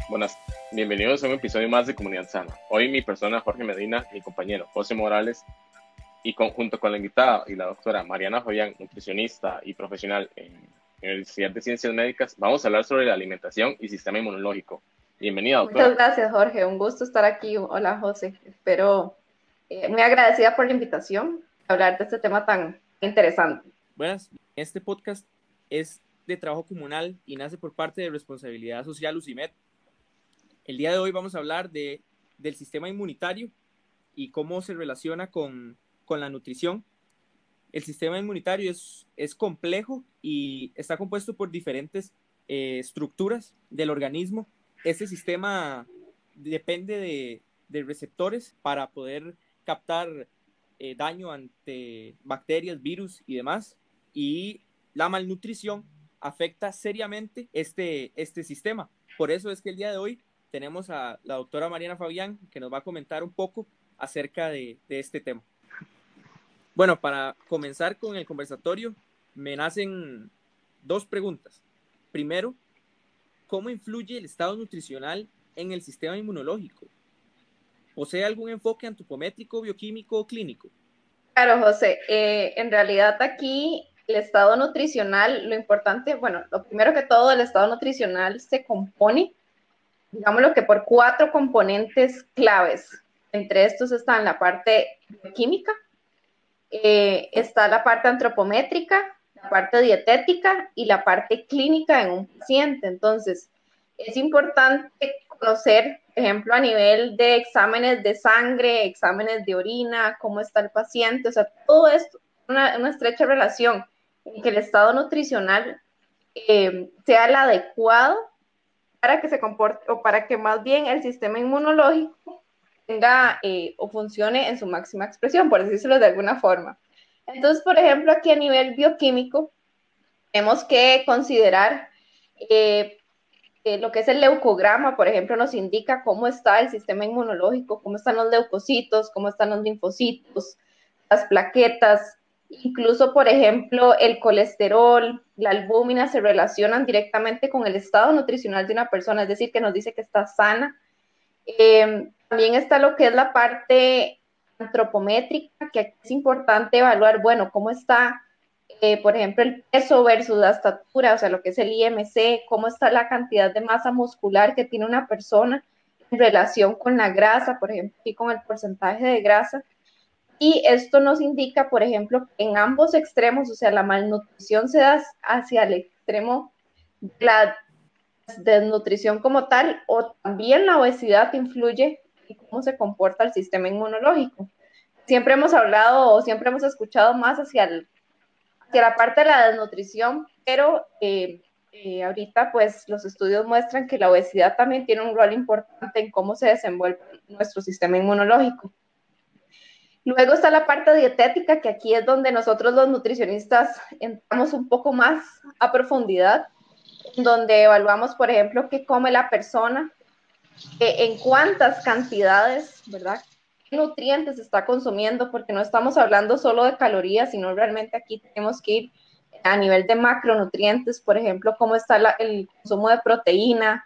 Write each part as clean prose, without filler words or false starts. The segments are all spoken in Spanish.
Buenas, bienvenidos a un episodio más de Comunidad Sana. Hoy mi persona Jorge Medina, mi compañero José Morales y junto con la invitada y la doctora Mariana Fabián, nutricionista y profesional en la Universidad de Ciencias Médicas, vamos a hablar sobre la alimentación y sistema inmunológico. Bienvenida, Muchas doctora. gracias, Jorge. Un gusto estar aquí. Hola, José. Espero, muy agradecida por la invitación a hablar de este tema tan interesante. Buenas, este podcast es de trabajo comunal y nace por parte de Responsabilidad Social UCIMED. El día de hoy vamos a hablar del sistema inmunitario y cómo se relaciona con la nutrición. El sistema inmunitario es complejo y está compuesto por diferentes estructuras del organismo. Este sistema depende de receptores para poder captar daño ante bacterias, virus y demás. Y la malnutrición afecta seriamente este sistema. Por eso es que el día de hoy tenemos a la doctora Mariana Fabián, que nos va a comentar un poco acerca de este tema. Bueno, para comenzar con el conversatorio, me nacen dos preguntas. Primero, ¿cómo influye el estado nutricional en el sistema inmunológico? ¿Posee algún enfoque antropométrico, bioquímico o clínico? Claro, José. En realidad aquí el estado nutricional, lo importante, bueno, lo primero que todo, el estado nutricional se compone, digámoslo que por 4 componentes claves. Entre estos están la parte química, está la parte antropométrica, la parte dietética y la parte clínica en un paciente. Entonces, es importante conocer, por ejemplo, a nivel de exámenes de sangre, exámenes de orina, cómo está el paciente, o sea, todo esto, una estrecha relación en que el estado nutricional sea el adecuado para que se comporte, o para que más bien el sistema inmunológico tenga o funcione en su máxima expresión, por decirlo de alguna forma. Entonces, por ejemplo, aquí a nivel bioquímico, tenemos que considerar lo que es el leucograma, por ejemplo, nos indica cómo está el sistema inmunológico, cómo están los leucocitos, cómo están los linfocitos, las plaquetas, incluso, por ejemplo, el colesterol, la albúmina se relacionan directamente con el estado nutricional de una persona, es decir, que nos dice que está sana. También está lo que es la parte antropométrica, que es importante evaluar, bueno, cómo está, por ejemplo, el peso versus la estatura, o sea, lo que es el IMC, cómo está la cantidad de masa muscular que tiene una persona en relación con la grasa, por ejemplo, y con el porcentaje de grasa. Y esto nos indica, por ejemplo, que en ambos extremos, o sea, la malnutrición se da hacia el extremo de la desnutrición como tal, o también la obesidad influye en cómo se comporta el sistema inmunológico. Siempre hemos hablado o siempre hemos escuchado más hacia la parte de la desnutrición, pero ahorita pues los estudios muestran que la obesidad también tiene un rol importante en cómo se desenvuelve nuestro sistema inmunológico. Luego está la parte dietética, que aquí es donde nosotros los nutricionistas entramos un poco más a profundidad, donde evaluamos, por ejemplo, qué come la persona, en cuántas cantidades, ¿verdad? ¿Qué nutrientes está consumiendo? Porque no estamos hablando solo de calorías, sino realmente aquí tenemos que ir a nivel de macronutrientes, por ejemplo, cómo está el consumo de proteína,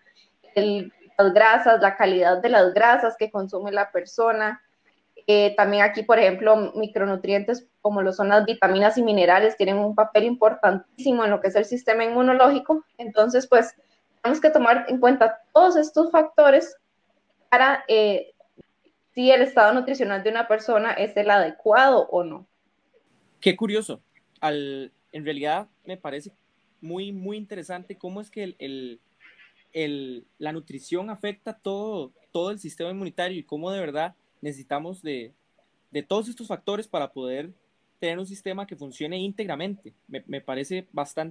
las grasas, la calidad de las grasas que consume la persona. También aquí, por ejemplo, micronutrientes como lo son las vitaminas y minerales tienen un papel importantísimo en lo que es el sistema inmunológico. Entonces, pues, tenemos que tomar en cuenta todos estos factores para si el estado nutricional de una persona es el adecuado o no. Qué curioso. En realidad me parece muy, muy interesante cómo es que la nutrición afecta todo el sistema inmunitario y cómo de verdad necesitamos de todos estos factores para poder tener un sistema que funcione íntegramente. Me parece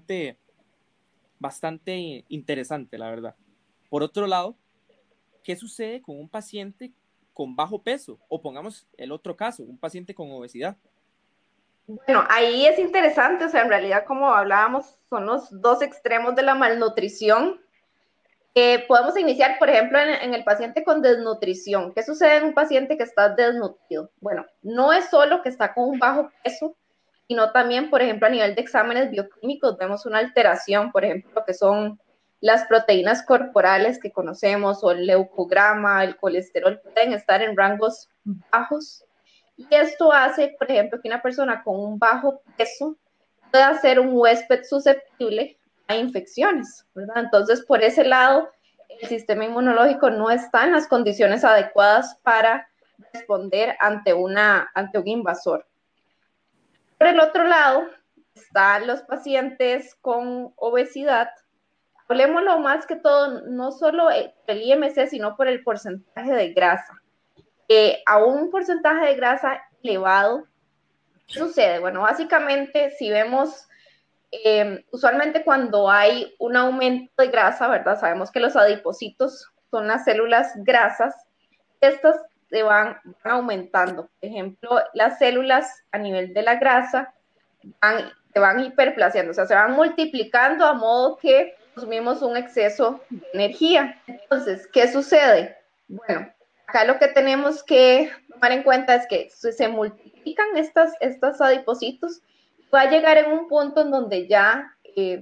bastante interesante, la verdad. Por otro lado, ¿qué sucede con un paciente con bajo peso? O pongamos el otro caso, un paciente con obesidad. Bueno, ahí es interesante, o sea, en realidad, como hablábamos, son los dos extremos de la malnutrición. Podemos iniciar, por ejemplo, en el paciente con desnutrición. ¿Qué sucede en un paciente que está desnutrido? Bueno, no es solo que está con un bajo peso, sino también, por ejemplo, a nivel de exámenes bioquímicos vemos una alteración, por ejemplo, que son las proteínas corporales que conocemos o el leucograma, el colesterol pueden estar en rangos bajos. Y esto hace, por ejemplo, que una persona con un bajo peso pueda ser un huésped susceptible a infecciones, ¿verdad? Entonces, por ese lado, el sistema inmunológico no está en las condiciones adecuadas para responder ante un invasor. Por el otro lado, están los pacientes con obesidad. Hablemoslo más que todo, no solo el IMC, sino por el porcentaje de grasa. A un porcentaje de grasa elevado, ¿qué sucede? Bueno, básicamente, si vemos, usualmente cuando hay un aumento de grasa, ¿verdad? Sabemos que los adipocitos son las células grasas, estas se van aumentando. Por ejemplo, las células a nivel de la grasa se van hiperplaseando, o sea, se van multiplicando a modo que consumimos un exceso de energía. Entonces, ¿qué sucede? Bueno, acá lo que tenemos que tomar en cuenta es que se multiplican estos adipocitos, va a llegar en un punto en donde ya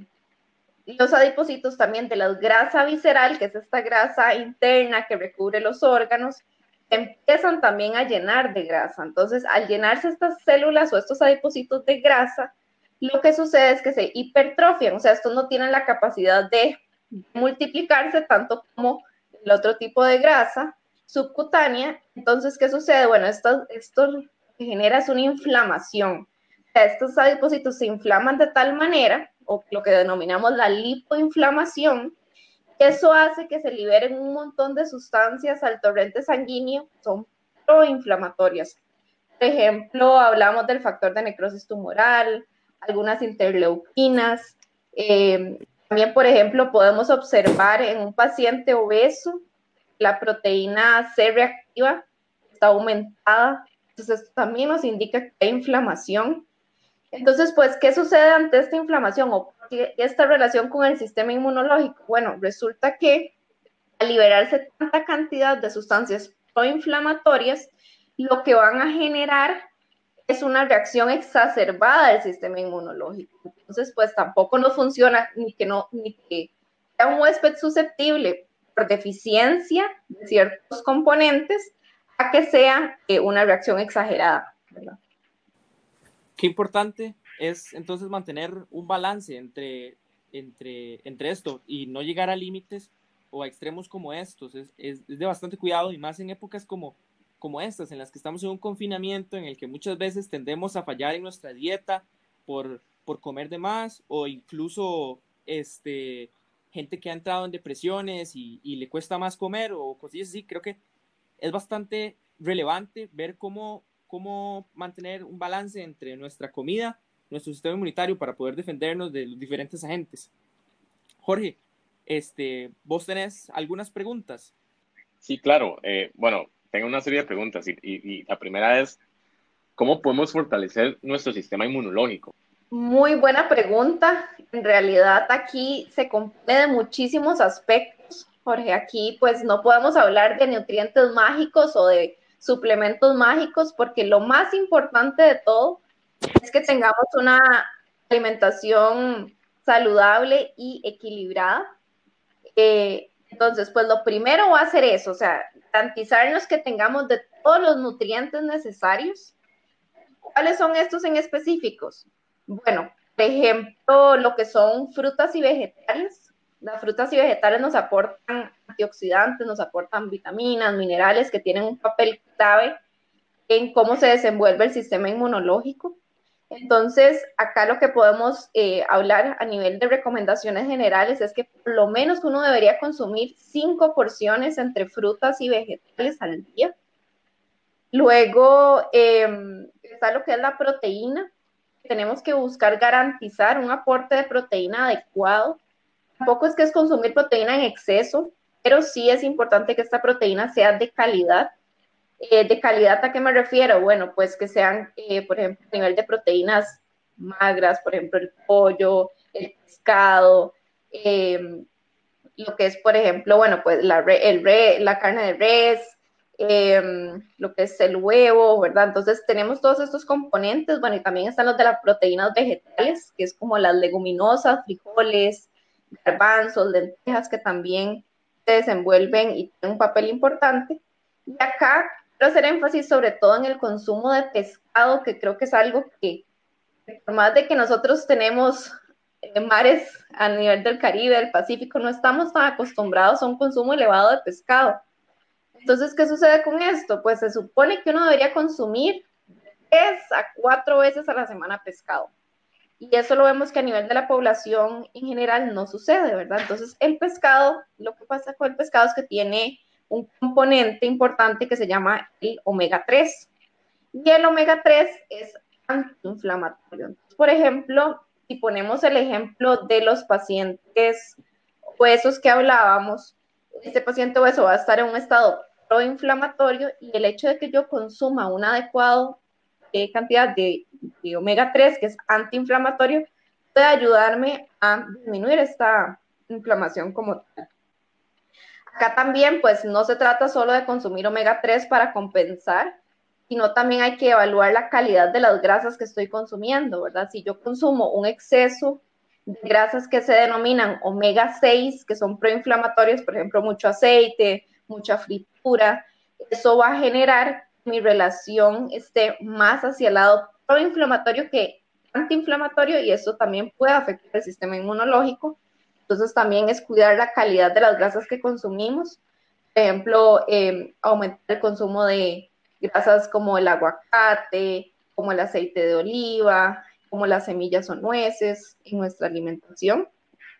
los adipocitos también de la grasa visceral, que es esta grasa interna que recubre los órganos, empiezan también a llenar de grasa. Entonces, al llenarse estas células o estos adipocitos de grasa, lo que sucede es que se hipertrofian, o sea, estos no tienen la capacidad de multiplicarse tanto como el otro tipo de grasa subcutánea. Entonces, ¿qué sucede? Bueno, esto que genera es una inflamación. O sea, estos adipocitos se inflaman de tal manera, o lo que denominamos la lipoinflamación, eso hace que se liberen un montón de sustancias al torrente sanguíneo, son proinflamatorias. Por ejemplo, hablamos del factor de necrosis tumoral, algunas interleuquinas. También, por ejemplo, podemos observar en un paciente obeso la proteína C reactiva está aumentada. Entonces, esto también nos indica que hay inflamación. Entonces, pues, ¿qué sucede ante esta inflamación o esta relación con el sistema inmunológico? Bueno, resulta que al liberarse tanta cantidad de sustancias proinflamatorias, lo que van a generar es una reacción exacerbada del sistema inmunológico. Entonces, pues tampoco nos funciona ni que sea un huésped susceptible por deficiencia de ciertos componentes a que sea una reacción exagerada, ¿verdad? Qué importante es entonces mantener un balance entre esto y no llegar a límites o a extremos como estos. Es de bastante cuidado, y más en épocas como estas, en las que estamos en un confinamiento, en el que muchas veces tendemos a fallar en nuestra dieta por comer de más, o incluso gente que ha entrado en depresiones y le cuesta más comer o cosillas así. Creo que es bastante relevante ver cómo mantener un balance entre nuestra comida, nuestro sistema inmunitario, para poder defendernos de los diferentes agentes. Jorge, ¿vos tenés algunas preguntas? Sí, claro. Bueno, tengo una serie de preguntas y la primera es, ¿cómo podemos fortalecer nuestro sistema inmunológico? Muy buena pregunta. En realidad aquí se compone de muchísimos aspectos, Jorge. Aquí pues no podemos hablar de nutrientes mágicos o de suplementos mágicos, porque lo más importante de todo es que tengamos una alimentación saludable y equilibrada. Entonces, pues lo primero va a ser eso, o sea, garantizarnos que tengamos de todos los nutrientes necesarios. ¿Cuáles son estos en específicos? Bueno, por ejemplo, lo que son frutas y vegetales. Las frutas y vegetales nos aportan antioxidantes, nos aportan vitaminas, minerales que tienen un papel clave en cómo se desenvuelve el sistema inmunológico. Entonces, acá lo que podemos hablar a nivel de recomendaciones generales es que por lo menos uno debería consumir 5 porciones entre frutas y vegetales al día. Luego está lo que es la proteína. Tenemos que buscar garantizar un aporte de proteína adecuado. Tampoco es que es consumir proteína en exceso, pero sí es importante que esta proteína sea de calidad. ¿De calidad a qué me refiero? Bueno, pues que sean, por ejemplo, a nivel de proteínas magras, por ejemplo, el pollo, el pescado, lo que es, por ejemplo, bueno, pues la carne de res, lo que es el huevo, ¿verdad? Entonces tenemos todos estos componentes, bueno, y también están los de las proteínas vegetales, que es como las leguminosas, frijoles, garbanzos, lentejas, que también se desenvuelven y tienen un papel importante. Y acá quiero hacer énfasis sobre todo en el consumo de pescado, que creo que es algo que, por más de que nosotros tenemos mares a nivel del Caribe, del Pacífico, no estamos tan acostumbrados a un consumo elevado de pescado. Entonces, ¿qué sucede con esto? Pues se supone que uno debería consumir 3 a 4 veces a la semana pescado. Y eso lo vemos que a nivel de la población en general no sucede, ¿verdad? Entonces, el pescado, lo que pasa con el pescado es que tiene un componente importante que se llama el omega 3. Y el omega 3 es antiinflamatorio. Entonces, por ejemplo, si ponemos el ejemplo de los pacientes obesos que hablábamos, este paciente obeso va a estar en un estado proinflamatorio y el hecho de que yo consuma un adecuado cantidad de omega 3, que es antiinflamatorio, puede ayudarme a disminuir esta inflamación como tal. Acá también, pues, no se trata solo de consumir omega 3 para compensar, sino también hay que evaluar la calidad de las grasas que estoy consumiendo, ¿verdad? Si yo consumo un exceso de grasas que se denominan omega 6, que son proinflamatorios, por ejemplo, mucho aceite, mucha fritura, eso va a generar que mi relación esté más hacia el lado proinflamatorio que antiinflamatorio y eso también puede afectar el sistema inmunológico. Entonces también es cuidar la calidad de las grasas que consumimos. Por ejemplo, aumentar el consumo de grasas como el aguacate, como el aceite de oliva, como las semillas o nueces en nuestra alimentación.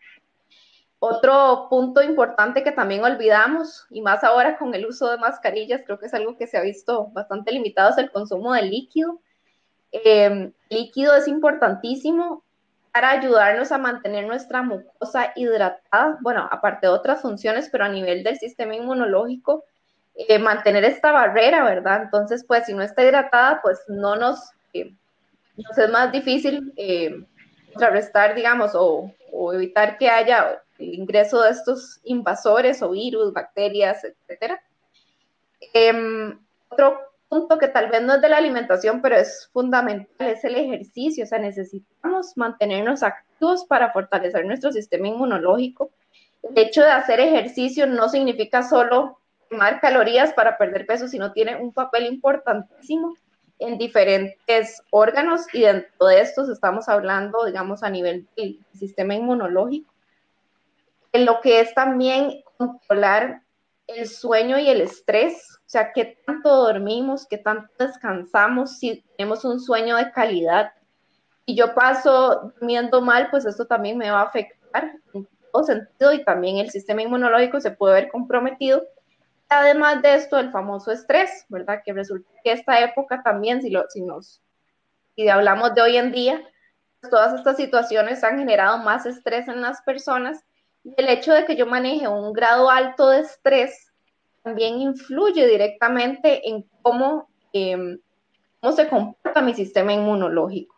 Otro punto importante que también olvidamos, y más ahora con el uso de mascarillas, creo que es algo que se ha visto bastante limitado, es el consumo de líquido. Líquido es importantísimo para ayudarnos a mantener nuestra mucosa hidratada, bueno, aparte de otras funciones, pero a nivel del sistema inmunológico, mantener esta barrera, ¿verdad? Entonces, pues si no está hidratada, pues nos es más difícil contrarrestar, digamos, o evitar que haya el ingreso de estos invasores o virus, bacterias, etcétera. Otro punto que tal vez no es de la alimentación, pero es fundamental, es el ejercicio. O sea, necesitamos mantenernos activos para fortalecer nuestro sistema inmunológico. El hecho de hacer ejercicio no significa solo quemar calorías para perder peso, sino tiene un papel importantísimo en diferentes órganos y dentro de estos estamos hablando, digamos, a nivel del sistema inmunológico. En lo que es también controlar el sueño y el estrés, o sea, qué tanto dormimos, qué tanto descansamos, si tenemos un sueño de calidad. Si yo paso durmiendo mal, pues esto también me va a afectar en todo sentido y también el sistema inmunológico se puede ver comprometido. Además de esto, el famoso estrés, ¿verdad? Que resulta que esta época también, si hablamos de hoy en día, pues todas estas situaciones han generado más estrés en las personas y el hecho de que yo maneje un grado alto de estrés también influye directamente en cómo se comporta mi sistema inmunológico.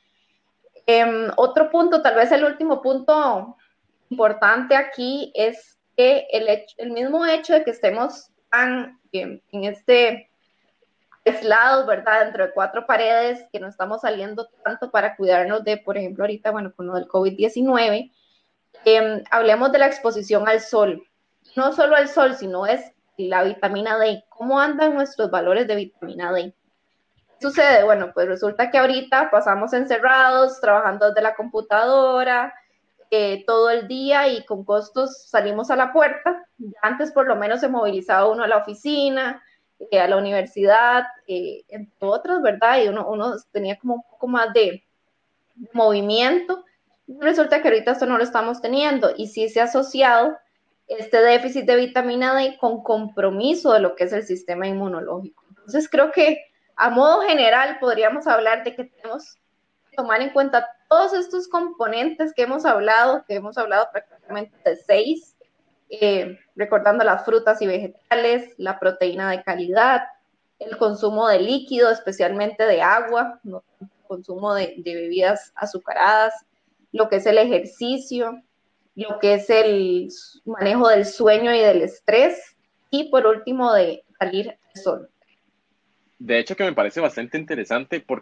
Otro punto, tal vez el último punto importante aquí es que el mismo hecho de que estemos tan en aislados, ¿verdad? Dentro de 4 paredes, que no estamos saliendo tanto para cuidarnos de, por ejemplo, ahorita, bueno, con lo del COVID-19, hablemos de la exposición al sol. No solo al sol, sino es la vitamina D. ¿Cómo andan nuestros valores de vitamina D? ¿Qué sucede? Bueno, pues resulta que ahorita pasamos encerrados, trabajando desde la computadora, todo el día y con costos salimos a la puerta. Antes por lo menos se movilizaba uno a la oficina, a la universidad, entre otros, ¿verdad? Y uno tenía como un poco más de movimiento. Resulta que ahorita esto no lo estamos teniendo y sí se ha asociado este déficit de vitamina D con compromiso de lo que es el sistema inmunológico. Entonces creo que a modo general podríamos hablar de que tenemos que tomar en cuenta todos estos componentes que hemos hablado prácticamente de 6, recordando las frutas y vegetales, la proteína de calidad, el consumo de líquido, especialmente de agua, no consumo de bebidas azucaradas, lo que es el ejercicio, lo que es el manejo del sueño y del estrés, y por último de salir al sol. De hecho, que me parece bastante interesante porque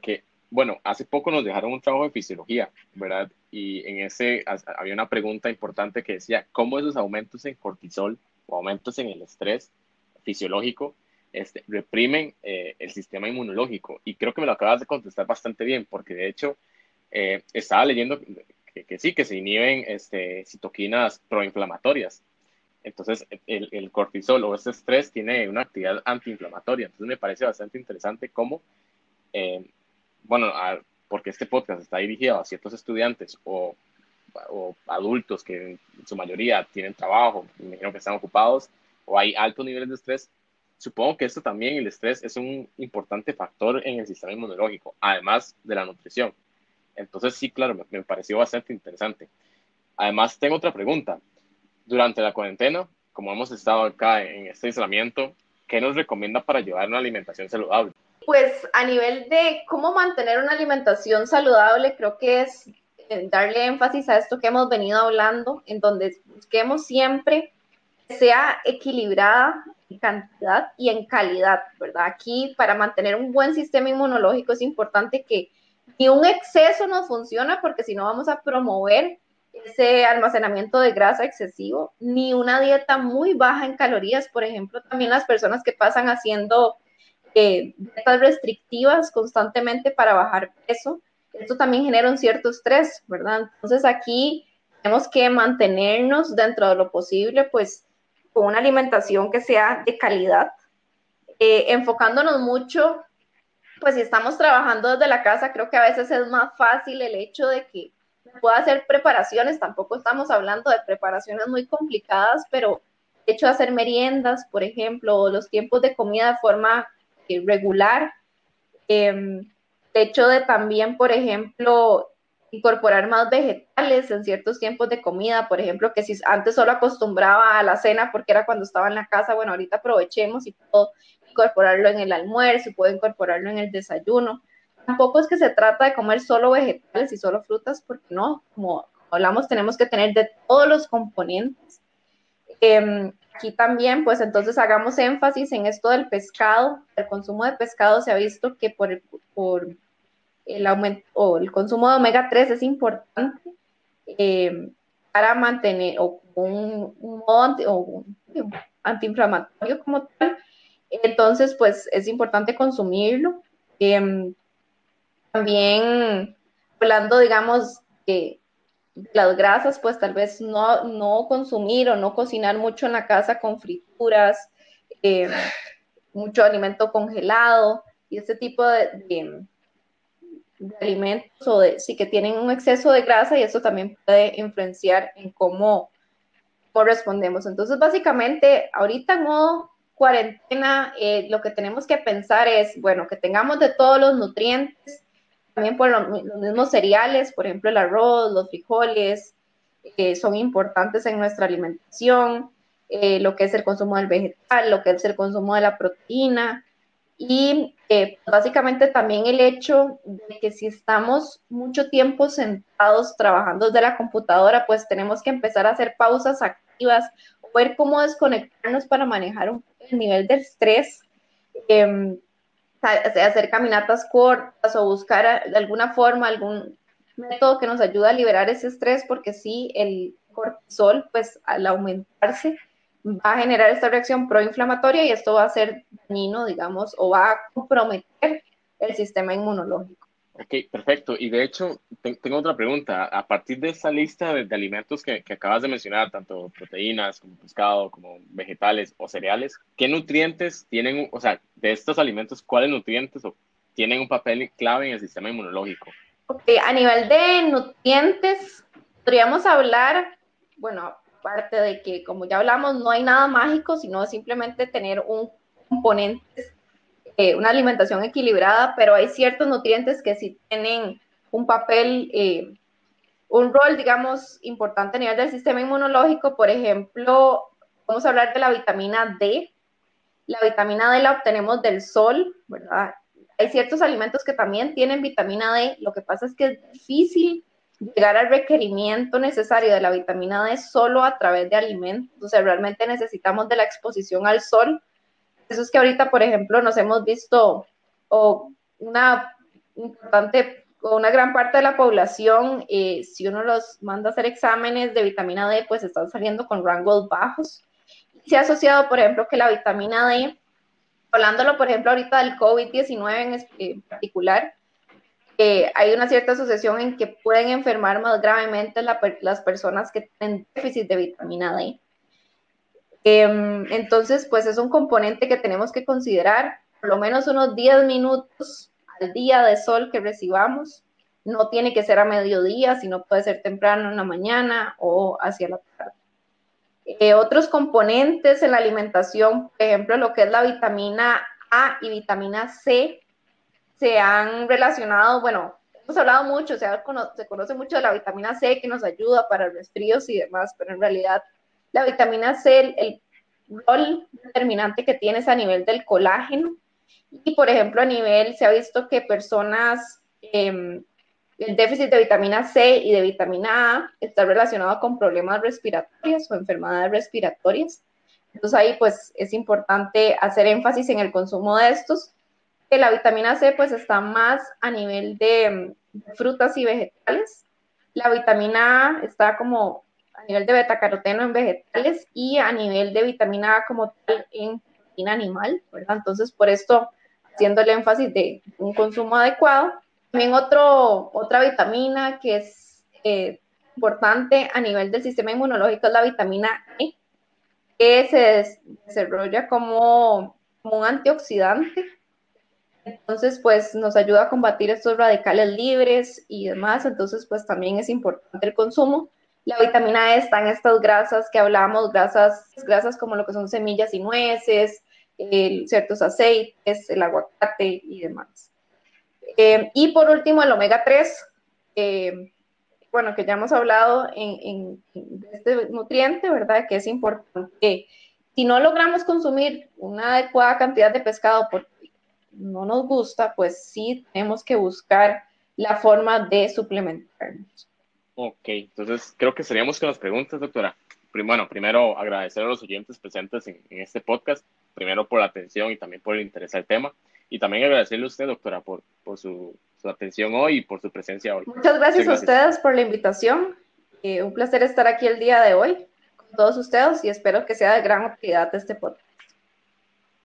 bueno, hace poco nos dejaron un trabajo de fisiología, ¿verdad? Y en ese había una pregunta importante que decía, ¿cómo esos aumentos en cortisol o aumentos en el estrés fisiológico reprimen el sistema inmunológico? Y creo que me lo acabas de contestar bastante bien, porque de hecho estaba leyendo que sí, que se inhiben citoquinas proinflamatorias. Entonces, el cortisol o ese estrés tiene una actividad antiinflamatoria. Entonces, me parece bastante interesante cómo eh, bueno, porque este podcast está dirigido a ciertos estudiantes o adultos que en su mayoría tienen trabajo, me imagino que están ocupados o hay altos niveles de estrés, supongo que esto también, el estrés, es un importante factor en el sistema inmunológico, además de la nutrición. Entonces, sí, claro, me pareció bastante interesante. Además, tengo otra pregunta. Durante la cuarentena, como hemos estado acá en este aislamiento, ¿qué nos recomienda para llevar una alimentación saludable? Pues a nivel de cómo mantener una alimentación saludable, creo que es darle énfasis a esto que hemos venido hablando, en donde busquemos siempre que sea equilibrada en cantidad y en calidad, ¿verdad? Aquí para mantener un buen sistema inmunológico es importante que ni un exceso nos funciona, porque si no vamos a promover ese almacenamiento de grasa excesivo, ni una dieta muy baja en calorías. Por ejemplo, también las personas que pasan haciendo dietas restrictivas constantemente para bajar peso, esto también genera un cierto estrés, ¿verdad? Entonces aquí tenemos que mantenernos dentro de lo posible, pues con una alimentación que sea de calidad, enfocándonos mucho, pues si estamos trabajando desde la casa, creo que a veces es más fácil el hecho de que pueda hacer preparaciones, tampoco estamos hablando de preparaciones muy complicadas, pero el hecho de hacer meriendas, por ejemplo, o los tiempos de comida de forma regular, el hecho de también, por ejemplo, incorporar más vegetales en ciertos tiempos de comida, por ejemplo, que si antes solo acostumbraba a la cena porque era cuando estaba en la casa, bueno, ahorita aprovechemos y puedo incorporarlo en el almuerzo, puedo incorporarlo en el desayuno. Tampoco es que se trata de comer solo vegetales y solo frutas, porque no, como hablamos, tenemos que tener de todos los componentes. Aquí también, pues entonces hagamos énfasis en esto del pescado. El consumo de pescado se ha visto que por el aumento o el consumo de omega 3 es importante eh, para mantener o un modo un antiinflamatorio como tal. Entonces, pues es importante consumirlo. También hablando, digamos, que las grasas, pues tal vez no consumir o no cocinar mucho en la casa con frituras, eh, mucho alimento congelado y este tipo de alimentos o sí que tienen un exceso de grasa y eso también puede influenciar en cómo respondemos. Entonces, básicamente, ahorita en modo cuarentena, lo que tenemos que pensar es, bueno, que tengamos de todos los nutrientes, también por los mismos cereales, por ejemplo, el arroz, los frijoles, son importantes en nuestra alimentación, lo que es el consumo del vegetal, lo que es el consumo de la proteína, y básicamente también el hecho de que si estamos mucho tiempo sentados trabajando desde la computadora, pues tenemos que empezar a hacer pausas activas, ver cómo desconectarnos para manejar el nivel de estrés, eh, hacer caminatas cortas o buscar de alguna forma algún método que nos ayude a liberar ese estrés, porque sí, el cortisol, pues al aumentarse, va a generar esta reacción proinflamatoria y esto va a ser dañino, digamos, o va a comprometer el sistema inmunológico. Ok, perfecto. Y de hecho, tengo otra pregunta. A partir de esa lista de alimentos que acabas de mencionar, tanto proteínas como pescado, como vegetales o cereales, ¿qué nutrientes tienen, o sea, de estos alimentos, cuáles nutrientes tienen un papel clave en el sistema inmunológico? Okay, a nivel de nutrientes, podríamos hablar, bueno, aparte de que, como ya hablamos, no hay nada mágico, sino simplemente tener un componente, una alimentación equilibrada, pero hay ciertos nutrientes que sí tienen un papel, un rol, digamos, importante a nivel del sistema inmunológico. Por ejemplo, vamos a hablar de la vitamina D. La vitamina D la obtenemos del sol, ¿verdad? Hay ciertos alimentos que también tienen vitamina D, lo que pasa es que es difícil llegar al requerimiento necesario de la vitamina D solo a través de alimentos, o sea, realmente necesitamos de la exposición al sol. Eso es que ahorita, por ejemplo, nos hemos visto o una importante, una gran parte de la población, si uno los manda a hacer exámenes de vitamina D, pues están saliendo con rangos bajos. Se ha asociado, por ejemplo, que la vitamina D, hablándolo, por ejemplo, ahorita del COVID-19 en particular, hay una cierta asociación en que pueden enfermar más gravemente las personas que tienen déficit de vitamina D. Entonces, pues es un componente que tenemos que considerar, por lo menos unos 10 minutos al día de sol que recibamos. No tiene que ser a mediodía, sino puede ser temprano en la mañana o hacia la tarde. Otros componentes en la alimentación, por ejemplo, lo que es la vitamina A y vitamina C, se han relacionado, bueno, hemos hablado mucho, se conoce mucho de la vitamina C que nos ayuda para resfríos y demás, pero en realidad la vitamina C, el rol determinante que tiene es a nivel del colágeno y, por ejemplo, a nivel, se ha visto que personas, el déficit de vitamina C y de vitamina A está relacionado con problemas respiratorios o enfermedades respiratorias. Entonces ahí pues es importante hacer énfasis en el consumo de estos. Que la vitamina C pues está más a nivel de frutas y vegetales. La vitamina A está como a nivel de betacaroteno en vegetales y a nivel de vitamina A como tal en proteína animal, ¿verdad? Entonces por esto haciendo el énfasis de un consumo adecuado. También otra vitamina que es importante a nivel del sistema inmunológico es la vitamina E, que se desarrolla como un antioxidante. Entonces, pues nos ayuda a combatir estos radicales libres y demás. Entonces, pues también es importante el consumo. La vitamina E está en estas grasas que hablamos, grasas como lo que son semillas y nueces, ciertos aceites, el aguacate y demás. Y por último, el omega 3, bueno, que ya hemos hablado de este nutriente, ¿verdad? Que es importante. Si no logramos consumir una adecuada cantidad de pescado porque no nos gusta, pues sí tenemos que buscar la forma de suplementarnos. Ok, entonces creo que seríamos con las preguntas, doctora. Bueno, primero agradecer a los oyentes presentes en este podcast, primero por la atención y también por el interés al tema, y también agradecerle a usted, doctora, por su atención hoy y por su presencia hoy. Muchas gracias a ustedes por la invitación. Un placer estar aquí el día de hoy con todos ustedes y espero que sea de gran utilidad este podcast.